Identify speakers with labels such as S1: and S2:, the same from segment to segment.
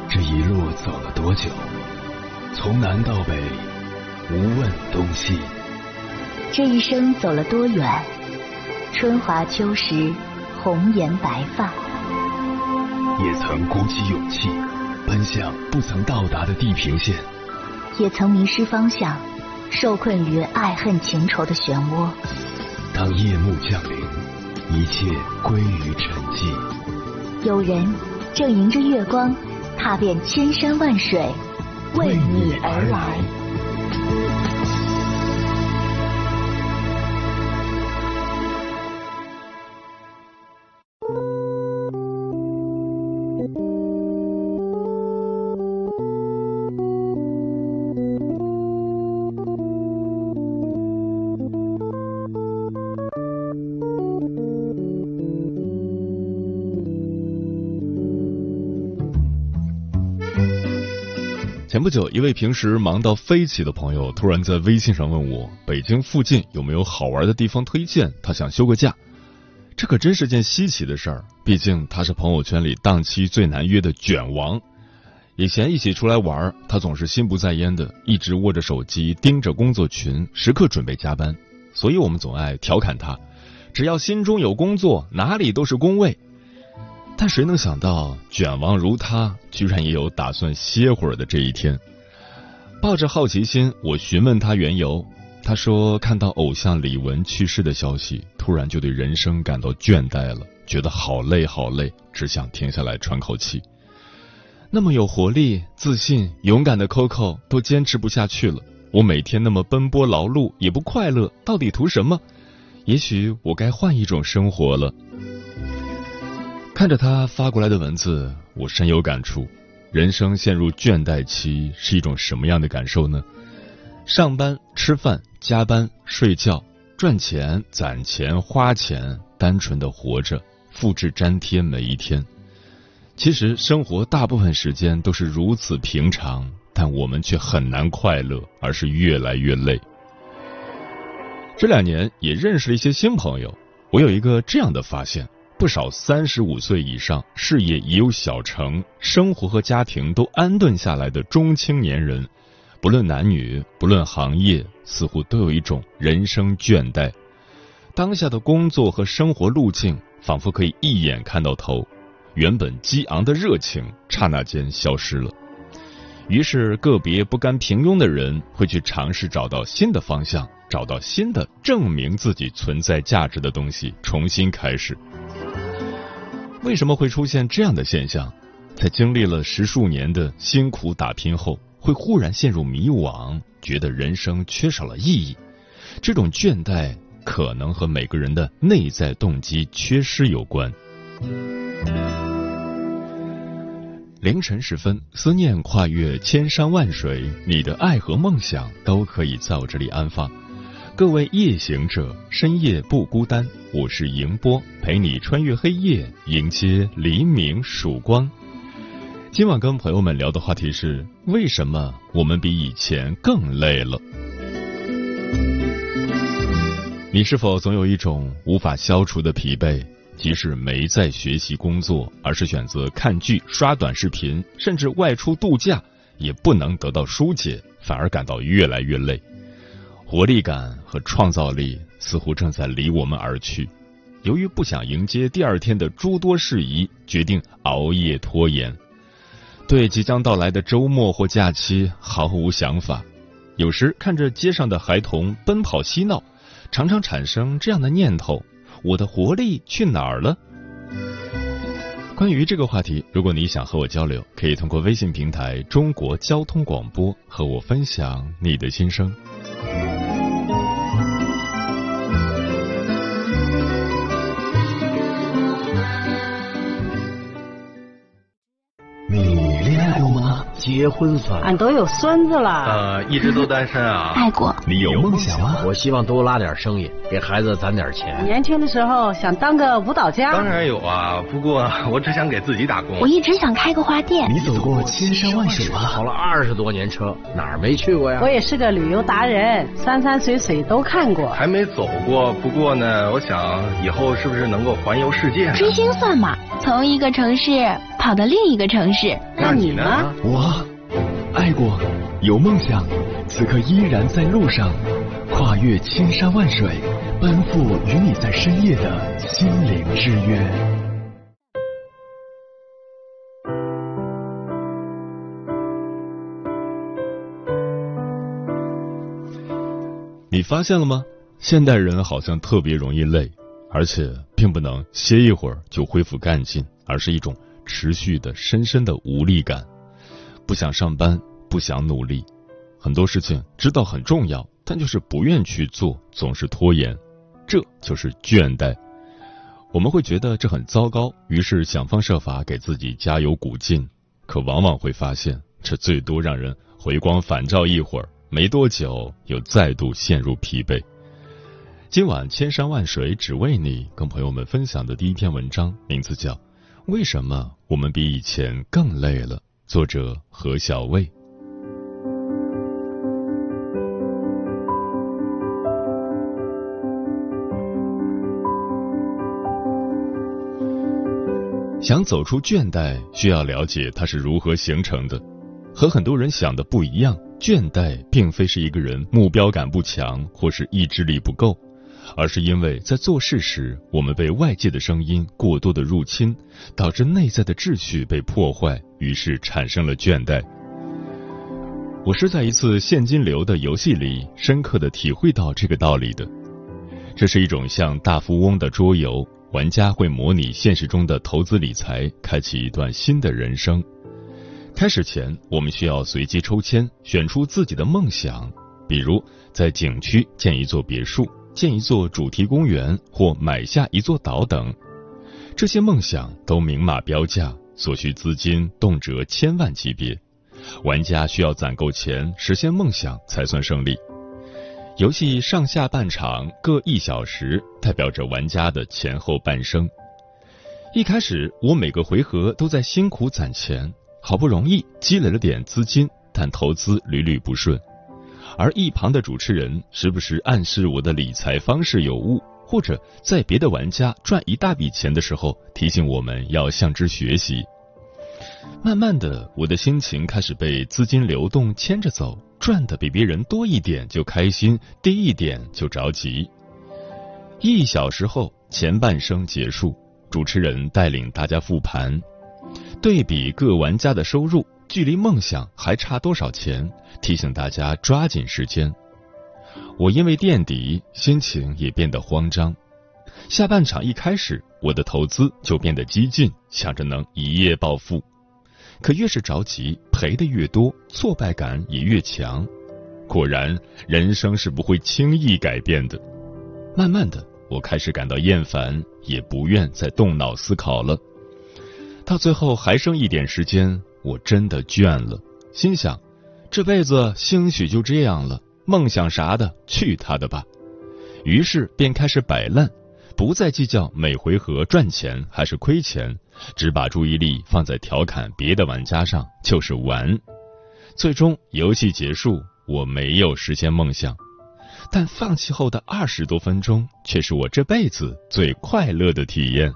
S1: 这一路走了多久？从南到北，无问东西。
S2: 这一生走了多远？春华秋实，红颜白发。
S1: 也曾鼓起勇气，奔向不曾到达的地平线。
S2: 也曾迷失方向，受困于爱恨情仇的漩涡。
S1: 当夜幕降临，一切归于沉寂。
S2: 有人正迎着月光，踏遍千山万水，为你而来。
S3: 前不久，一位平时忙到飞起的朋友突然在微信上问我，北京附近有没有好玩的地方推荐，他想休个假。这可真是件稀奇的事儿，毕竟他是朋友圈里档期最难约的卷王。以前一起出来玩，他总是心不在焉的，一直握着手机盯着工作群，时刻准备加班，所以我们总爱调侃他，只要心中有工作，哪里都是工位。但谁能想到，卷王如他，居然也有打算歇会儿的这一天。抱着好奇心，我询问他缘由。他说，看到偶像李玟去世的消息，突然就对人生感到倦怠了，觉得好累好累，只想停下来喘口气。那么有活力、自信、勇敢的 Coco 都坚持不下去了。我每天那么奔波劳碌，也不快乐，到底图什么？也许我该换一种生活了。看着他发过来的文字，我深有感触。人生陷入倦怠期是一种什么样的感受呢？上班、吃饭、加班、睡觉、赚钱、攒钱、花钱，单纯的活着，复制粘贴每一天。其实生活大部分时间都是如此平常，但我们却很难快乐，而是越来越累。这2年也认识了一些新朋友，我有一个这样的发现。不少35岁以上，事业已有小成，生活和家庭都安顿下来的中青年人，不论男女，不论行业，似乎都有一种人生倦怠。当下的工作和生活路径仿佛可以一眼看到头，原本激昂的热情刹那间消失了。于是个别不甘平庸的人会去尝试找到新的方向，找到新的证明自己存在价值的东西，重新开始。为什么会出现这样的现象？在经历了10数年的辛苦打拼后，会忽然陷入迷惘，觉得人生缺少了意义。这种倦怠可能和每个人的内在动机缺失有关。凌晨时分，思念跨越千山万水，你的爱和梦想都可以在我这里安放。各位夜行者，深夜不孤单，我是迎波，陪你穿越黑夜，迎接黎明曙光。今晚跟朋友们聊的话题是，为什么我们比以前更累了？你是否总有一种无法消除的疲惫，即使没在学习工作，而是选择看剧、刷短视频，甚至外出度假，也不能得到疏解，反而感到越来越累。活力感和创造力似乎正在离我们而去。由于不想迎接第2天的诸多事宜，决定熬夜拖延。对即将到来的周末或假期毫无想法。有时看着街上的孩童奔跑嬉闹，常常产生这样的念头：我的活力去哪儿了？关于这个话题，如果你想和我交流，可以通过微信平台中国交通广播和我分享你的心声。
S1: 你恋爱过吗？ 吗？
S4: 结婚算了。
S5: 俺都有孙子了。
S6: 一直都单身啊。
S2: 爱过。
S1: 你有梦想吗？
S4: 我希望多拉点生意，给孩子攒点钱。
S5: 年轻的时候想当个舞蹈家。
S6: 当然有啊，不过我只想给自己打工。
S2: 我一直想开个花店。
S1: 你走过千山万水吗？
S4: 跑了20多年车，哪儿没去过呀？
S5: 我也是个旅游达人，山山水水都看过。
S6: 还没走过，不过呢，我想以后是不是能够环游世界呢？
S2: 追星算吗？从一个城市跑到另一个城市。
S5: 那你呢？
S1: 我爱过，有梦想，此刻依然在路上，跨越千山万水，奔赴与你在深夜的心灵之约。
S3: 你发现了吗？现代人好像特别容易累，而且并不能歇一会儿就恢复干劲，而是一种持续的深深的无力感，不想上班，不想努力，很多事情知道很重要，但就是不愿去做，总是拖延，这就是倦怠。我们会觉得这很糟糕，于是想方设法给自己加油鼓劲，可往往会发现，这最多让人回光返照一会儿，没多久又再度陷入疲惫。今晚千山万水只为你，跟朋友们分享的第一篇文章，名字叫《为什么我们比以前更累了》，作者何小卫。想走出倦怠，需要了解它是如何形成的。和很多人想的不一样，倦怠并非是一个人目标感不强或是意志力不够，而是因为在做事时，我们被外界的声音过多的入侵，导致内在的秩序被破坏，于是产生了倦怠。我是在一次现金流的游戏里深刻地体会到这个道理的。这是一种像大富翁的桌游，玩家会模拟现实中的投资理财，开启一段新的人生。开始前，我们需要随机抽签，选出自己的梦想，比如在景区建一座别墅，建一座主题公园，或买下一座岛等。这些梦想都明码标价，所需资金动辄千万级别。玩家需要攒够钱，实现梦想才算胜利。游戏上下半场各1小时，代表着玩家的前后半生。一开始，我每个回合都在辛苦攒钱，好不容易积累了点资金，但投资屡屡不顺。而一旁的主持人时不时暗示我的理财方式有误，或者在别的玩家赚一大笔钱的时候，提醒我们要向之学习。慢慢的，我的心情开始被资金流动牵着走，赚的比别人多一点就开心，低一点就着急。1小时后，前半生结束，主持人带领大家复盘，对比各玩家的收入，距离梦想还差多少钱，提醒大家抓紧时间。我因为垫底，心情也变得慌张。下半场一开始，我的投资就变得激进，想着能一夜暴富。可越是着急，赔的越多，挫败感也越强。果然，人生是不会轻易改变的。慢慢的，我开始感到厌烦，也不愿再动脑思考了。到最后还剩一点时间，我真的倦了，心想，这辈子兴许就这样了，梦想啥的，去他的吧。于是便开始摆烂，不再计较每回合赚钱还是亏钱，只把注意力放在调侃别的玩家上，就是玩。最终游戏结束，我没有实现梦想，但放弃后的20多分钟却是我这辈子最快乐的体验。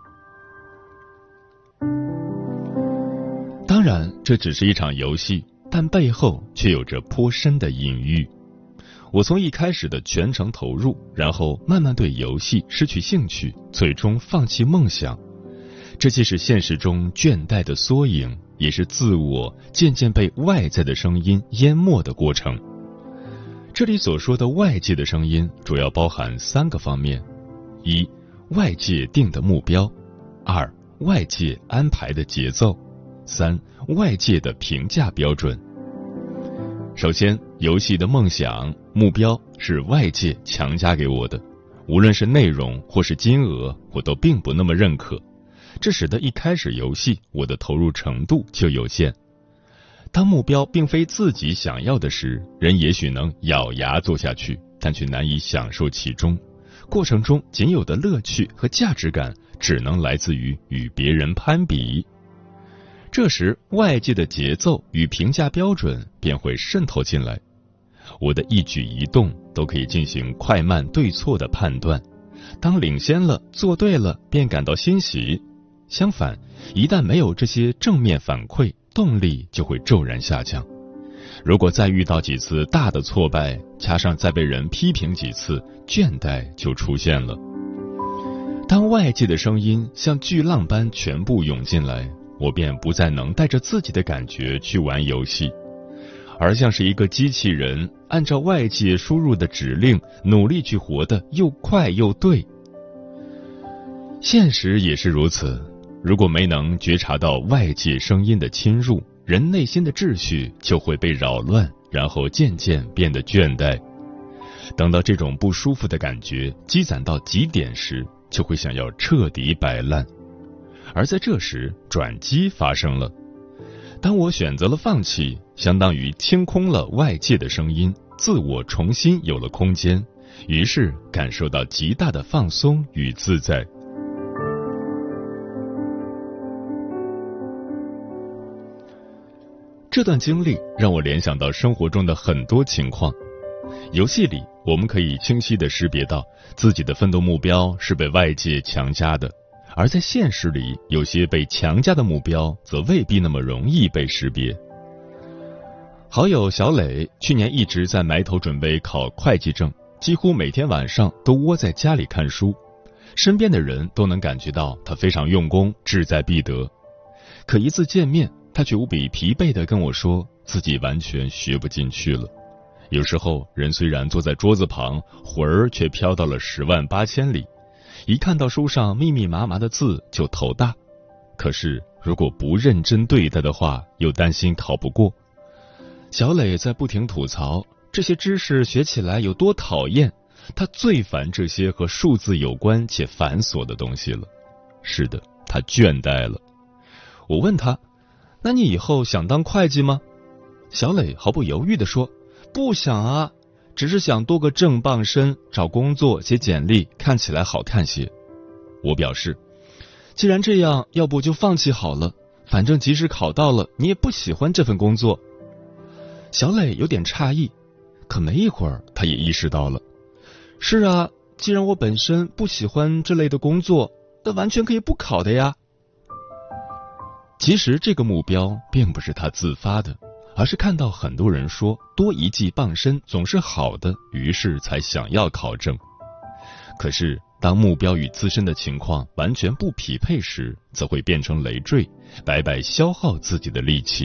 S3: 当然，这只是一场游戏，但背后却有着颇深的隐喻。我从一开始的全程投入，然后慢慢对游戏失去兴趣，最终放弃梦想。这既是现实中倦怠的缩影，也是自我渐渐被外在的声音淹没的过程。这里所说的外界的声音，主要包含3个方面：1. 外界定的目标；2. 外界安排的节奏；3. 外界的评价标准。首先，游戏的梦想目标是外界强加给我的，无论是内容或是金额，我都并不那么认可，这使得一开始游戏我的投入程度就有限。 当目标并非自己想要的时，人也许能咬牙做下去，但却难以享受其中。过程中仅有的乐趣和价值感，只能来自于与别人攀比。这时，外界的节奏与评价标准便会渗透进来。我的一举一动都可以进行快慢对错的判断，当领先了，做对了，便感到欣喜。相反，一旦没有这些正面反馈，动力就会骤然下降。如果再遇到几次大的挫败，加上再被人批评几次，倦怠就出现了。当外界的声音像巨浪般全部涌进来，我便不再能带着自己的感觉去玩游戏，而像是一个机器人，按照外界输入的指令，努力去活得又快又对。现实也是如此，如果没能觉察到外界声音的侵入，人内心的秩序就会被扰乱，然后渐渐变得倦怠。等到这种不舒服的感觉积攒到极点时，就会想要彻底摆烂。而在这时，转机发生了。当我选择了放弃，相当于清空了外界的声音，自我重新有了空间，于是感受到极大的放松与自在。这段经历让我联想到生活中的很多情况。游戏里，我们可以清晰地识别到自己的奋斗目标是被外界强加的，而在现实里，有些被强加的目标则未必那么容易被识别。好友小磊去年一直在埋头准备考会计证，几乎每天晚上都窝在家里看书，身边的人都能感觉到他非常用功，志在必得。可一次见面，他却无比疲惫地跟我说，自己完全学不进去了。有时候人虽然坐在桌子旁，魂儿却飘到了10万8千里，一看到书上密密麻麻的字就头大。可是如果不认真对待的话，又担心考不过。小磊在不停吐槽这些知识学起来有多讨厌，他最烦这些和数字有关且繁琐的东西了。是的，他倦怠了。我问他，那你以后想当会计吗？小磊毫不犹豫地说，不想啊，只是想多个正傍身，找工作写简历看起来好看些。我表示，既然这样，要不就放弃好了，反正即使考到了，你也不喜欢这份工作。小磊有点诧异，可没一会儿他也意识到了，是啊，既然我本身不喜欢这类的工作，那完全可以不考的呀。其实这个目标并不是他自发的，而是看到很多人说多一技傍身总是好的，于是才想要考证。可是当目标与自身的情况完全不匹配时，则会变成累赘，白白消耗自己的力气。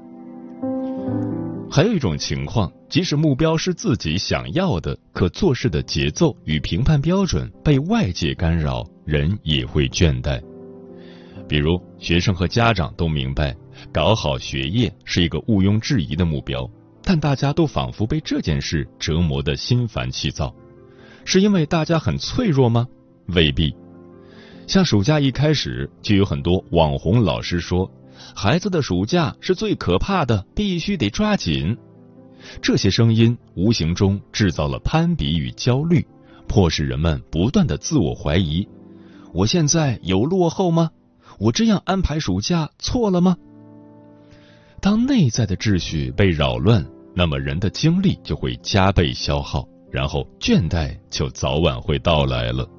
S3: 还有一种情况，即使目标是自己想要的，可做事的节奏与评判标准被外界干扰，人也会倦怠。比如学生和家长都明白搞好学业是一个毋庸置疑的目标，但大家都仿佛被这件事折磨得心烦气躁。是因为大家很脆弱吗？未必。像暑假一开始，就有很多网红老师说，孩子的暑假是最可怕的，必须得抓紧。这些声音无形中制造了攀比与焦虑，迫使人们不断的自我怀疑，我现在有落后吗？我这样安排暑假错了吗？当内在的秩序被扰乱，那么人的精力就会加倍消耗，然后倦怠就早晚会到来了。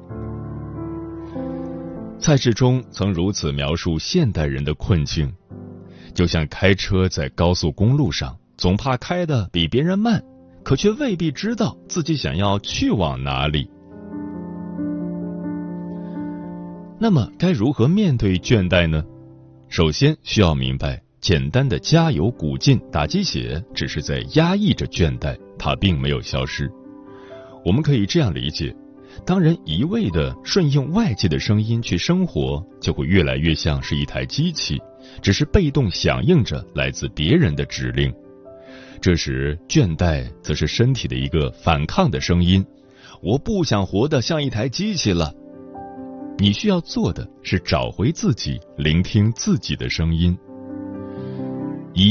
S3: 蔡志忠曾如此描述现代人的困境，就像开车在高速公路上，总怕开得比别人慢，可却未必知道自己想要去往哪里。那么该如何面对倦怠呢？首先需要明白，简单的加油鼓劲打鸡血只是在压抑着倦怠，它并没有消失。我们可以这样理解，当人一味地顺应外界的声音去生活，就会越来越像是一台机器，只是被动响应着来自别人的指令。这时倦怠则是身体的一个反抗的声音，我不想活得像一台机器了。你需要做的是找回自己，聆听自己的声音。一、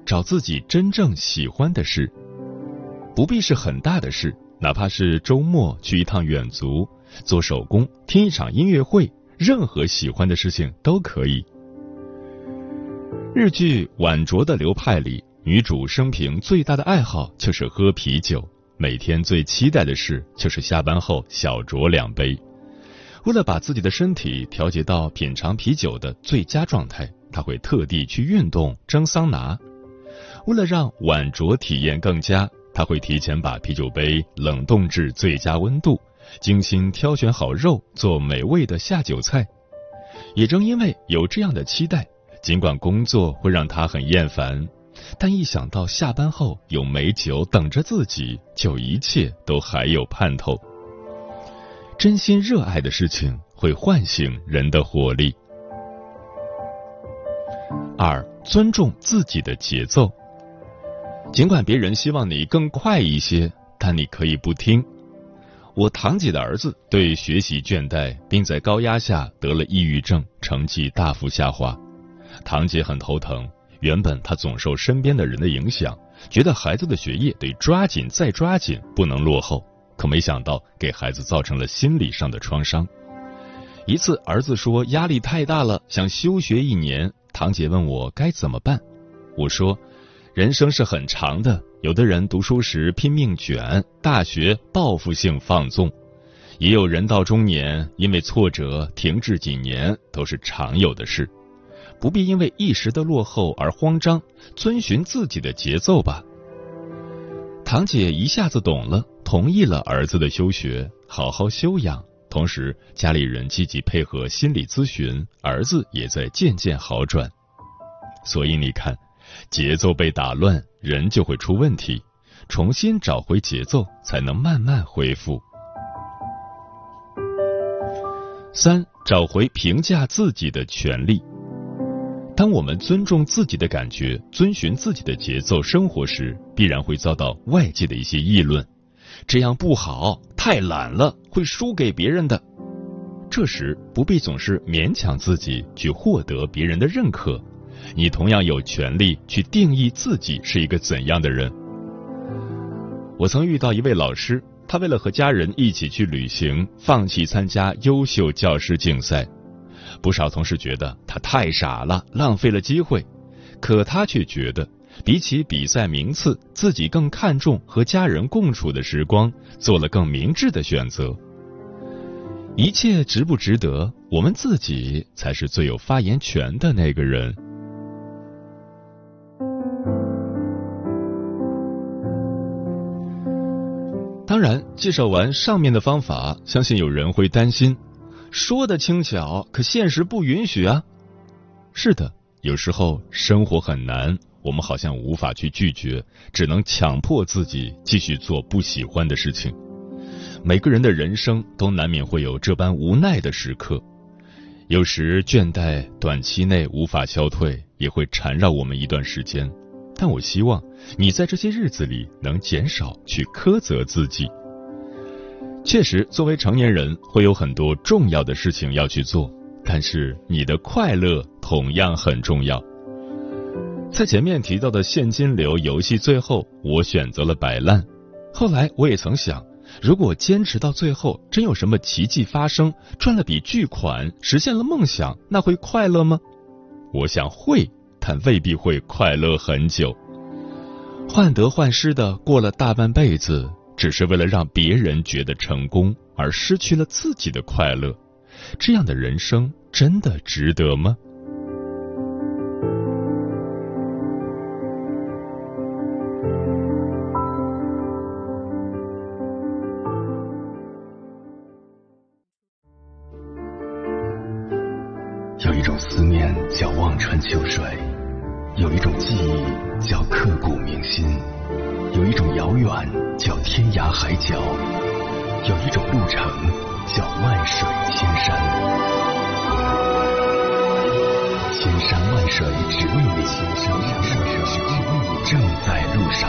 S3: 找自己真正喜欢的事，不必是很大的事，哪怕是周末去一趟远足，做手工，听一场音乐会，任何喜欢的事情都可以。日剧《晚酌的流派》里，女主生平最大的爱好就是喝啤酒，每天最期待的事就是下班后小酌2杯。为了把自己的身体调节到品尝啤酒的最佳状态，她会特地去运动蒸桑拿。为了让晚酌体验更佳，她会提前把啤酒杯冷冻至最佳温度，精心挑选好肉，做美味的下酒菜。也正因为有这样的期待，尽管工作会让她很厌烦，但一想到下班后有美酒等着自己，就一切都还有盼头。真心热爱的事情会唤醒人的活力。2. 尊重自己的节奏。尽管别人希望你更快一些，但你可以不听。我堂姐的儿子对学习倦怠，并在高压下得了抑郁症，成绩大幅下滑。堂姐很头疼，原本她总受身边的人的影响，觉得孩子的学业得抓紧再抓紧，不能落后，可没想到给孩子造成了心理上的创伤。一次儿子说压力太大了，想休学1年，堂姐问我该怎么办。我说人生是很长的，有的人读书时拼命卷，大学报复性放纵，也有人到中年因为挫折停滞几年，都是常有的事，不必因为一时的落后而慌张，遵循自己的节奏吧。堂姐一下子懂了，同意了儿子的休学，好好休养，同时家里人积极配合心理咨询，儿子也在渐渐好转。所以你看，节奏被打乱，人就会出问题，重新找回节奏，才能慢慢恢复。3. 找回评价自己的权利。当我们尊重自己的感觉，遵循自己的节奏生活时，必然会遭到外界的一些议论，这样不好，太懒了，会输给别人的。这时不必总是勉强自己去获得别人的认可，你同样有权利去定义自己是一个怎样的人。我曾遇到一位老师，他为了和家人一起去旅行，放弃参加优秀教师竞赛。不少同事觉得他太傻了，浪费了机会，可他却觉得比起比赛名次，自己更看重和家人共处的时光，做了更明智的选择。一切值不值得，我们自己才是最有发言权的那个人。当然，介绍完上面的方法，相信有人会担心，说的轻巧，可现实不允许啊。是的，有时候生活很难，我们好像无法去拒绝，只能强迫自己继续做不喜欢的事情。每个人的人生都难免会有这般无奈的时刻，有时倦怠短期内无法消退，也会缠绕我们一段时间。但我希望你在这些日子里能减少去苛责自己。确实，作为成年人会有很多重要的事情要去做，但是你的快乐同样很重要。在前面提到的现金流游戏最后，我选择了摆烂。后来我也曾想，如果坚持到最后，真有什么奇迹发生，赚了笔巨款，实现了梦想，那会快乐吗？我想会，但未必会快乐很久。患得患失的过了大半辈子，只是为了让别人觉得成功，而失去了自己的快乐，这样的人生真的值得吗？
S1: 有一种思念叫望穿秋水，有一种记忆叫刻骨铭心，有一种遥远叫天涯海角，有一种路程叫万水千山。千山万水只为你，正在路上。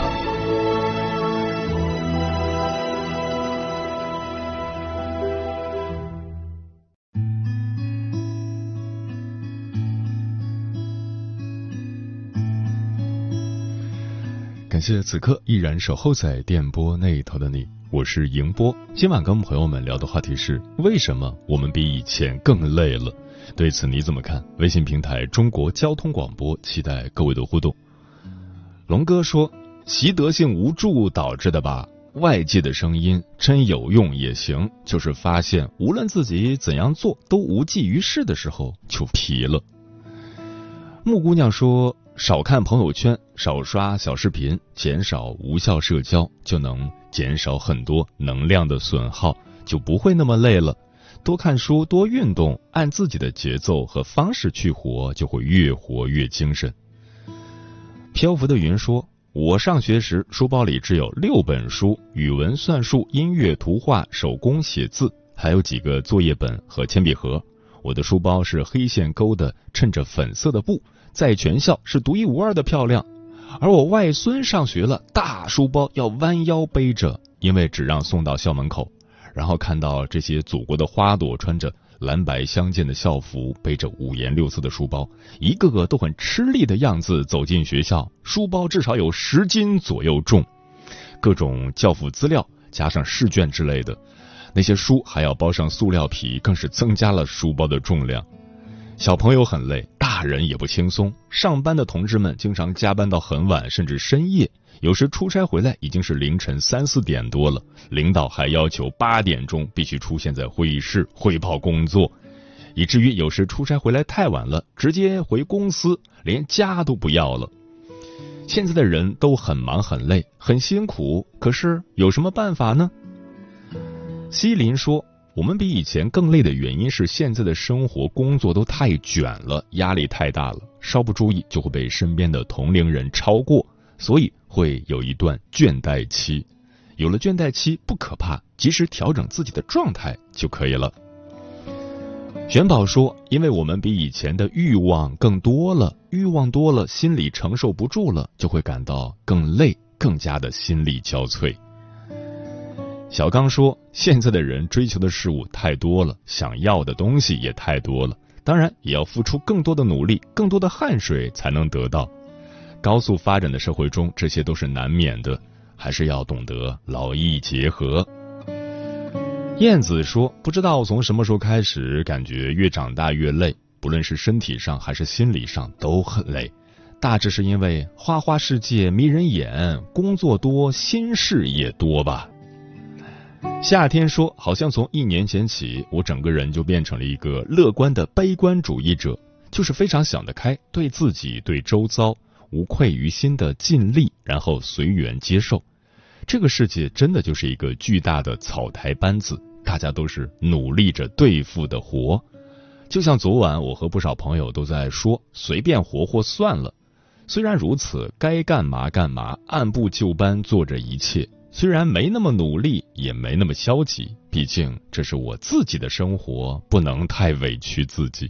S3: 感谢此刻依然守候在电波那一头的你，我是迎波。今晚跟朋友们聊的话题是为什么我们比以前更累了？对此你怎么看？微信平台中国交通广播，期待各位的互动。龙哥说，习得性无助导致的吧，外界的声音真有用也行，就是发现无论自己怎样做都无济于事的时候就疲了。木姑娘说，少看朋友圈，少刷小视频，减少无效社交，就能减少很多能量的损耗，就不会那么累了。多看书，多运动，按自己的节奏和方式去活，就会越活越精神。漂浮的云说，我上学时书包里只有6本书，语文、算术、音乐、图画、手工写字，还有几个作业本和铅笔盒。我的书包是黑线勾的，衬着粉色的布，在全校是独一无二的漂亮。而我外孙上学了，大书包要弯腰背着，因为只让送到校门口。然后看到这些祖国的花朵穿着蓝白相间的校服，背着5颜6色的书包，一个个都很吃力的样子走进学校，书包至少有10斤左右重，各种教辅资料加上试卷之类的，那些书还要包上塑料皮，更是增加了书包的重量。小朋友很累，大人也不轻松，上班的同志们经常加班到很晚，甚至深夜，有时出差回来已经是凌晨3、4点多了，领导还要求8点钟必须出现在会议室汇报工作，以至于有时出差回来太晚了，直接回公司，连家都不要了。现在的人都很忙很累很辛苦，可是有什么办法呢？西林说，我们比以前更累的原因是现在的生活工作都太卷了，压力太大了，稍不注意就会被身边的同龄人超过，所以会有一段倦怠期。有了倦怠期不可怕，及时调整自己的状态就可以了。玄宝说，因为我们比以前的欲望更多了，欲望多了，心里承受不住了，就会感到更累，更加的心力交瘁。小刚说，现在的人追求的事物太多了，想要的东西也太多了，当然也要付出更多的努力，更多的汗水才能得到。高速发展的社会中，这些都是难免的，还是要懂得劳逸结合。燕子说，不知道从什么时候开始，感觉越长大越累，不论是身体上还是心理上都很累，大致是因为花花世界迷人眼，工作多，心事也多吧。夏天说，好像从1年前起，我整个人就变成了一个乐观的悲观主义者，就是非常想得开，对自己对周遭无愧于心的尽力，然后随缘接受。这个世界真的就是一个巨大的草台班子，大家都是努力着对付的活。就像昨晚我和不少朋友都在说，随便活活算了。虽然如此，该干嘛干嘛，按部就班做着一切，虽然没那么努力，也没那么消极，毕竟这是我自己的生活，不能太委屈自己。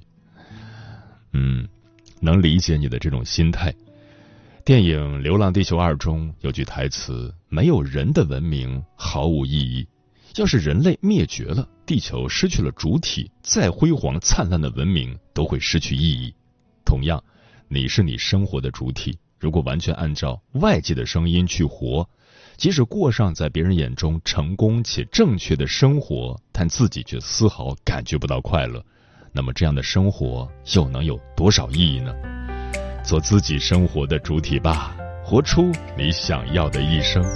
S3: 能理解你的这种心态。电影《流浪地球2》中有句台词，没有人的文明毫无意义。要是人类灭绝了，地球失去了主体，再辉煌灿烂的文明都会失去意义。同样，你是你生活的主体，如果完全按照外界的声音去活，即使过上在别人眼中成功且正确的生活，但自己却丝毫感觉不到快乐，那么这样的生活又能有多少意义呢？做自己生活的主体吧，活出你想要的一生。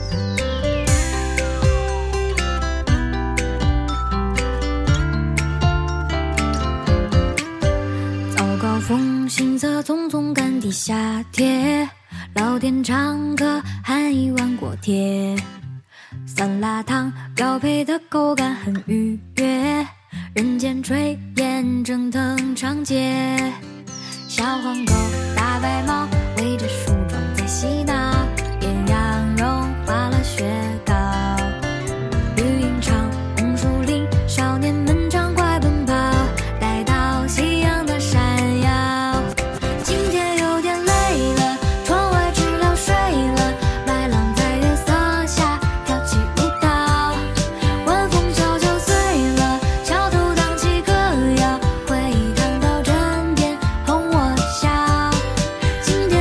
S7: 早高峰，行色匆匆赶地下铁，老店常客含1碗锅贴，酸辣汤标配的口感很愉悦，人间炊烟蒸腾长街，小黄狗大白猫围着梳妆在嬉闹，艳阳融化了雪糕，绿茵场红树林，少年们畅快奔跑，待到夕阳的闪耀。今天有点累了，窗外知了睡了，白浪在月色下跳起舞蹈，晚风悄悄碎了，桥头荡起歌谣，回忆看到枕边哄我笑。今天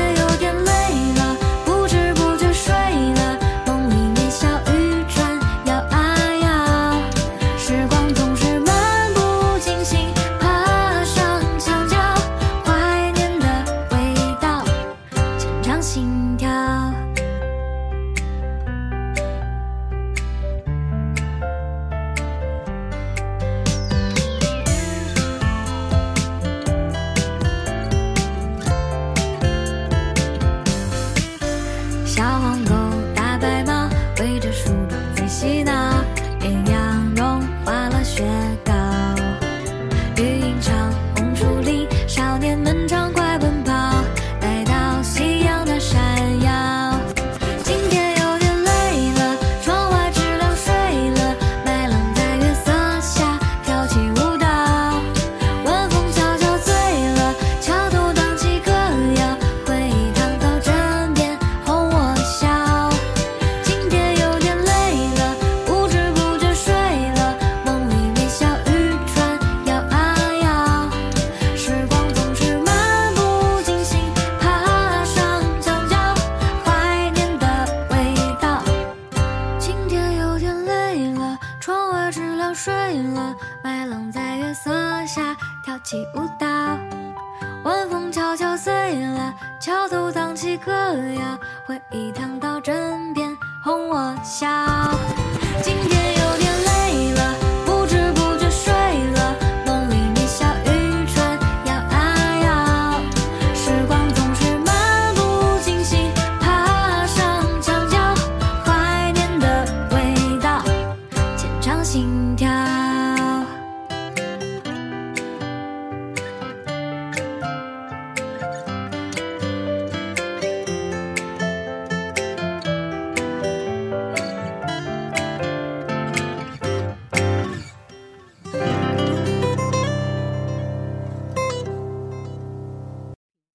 S7: 心跳。小黄狗大白猫围着树洞在嬉闹，绵羊融化了雪糕，绿茵场红树林，少年们畅快奔跑，待到夕阳的闪耀。今天有点累了，窗外知了睡了，麦浪在月色下跳起舞蹈，晚风悄悄醉了，桥头荡起歌谣，回忆躺到枕边哄我笑。今天有点累了，不知不觉睡了，梦里面小渔船摇啊摇，时光总是漫不经心，爬上墙角，怀念的味道。今天有点累了，窗外知了睡了，麦浪在月色下跳起舞蹈，晚风悄悄碎了，桥头荡起歌谣，回忆躺到枕边哄我笑。今天有点累了，不知不觉睡了，梦里面小渔船摇啊摇，时光总是漫不经心，爬上墙角，怀念的味道，牵肠心跳。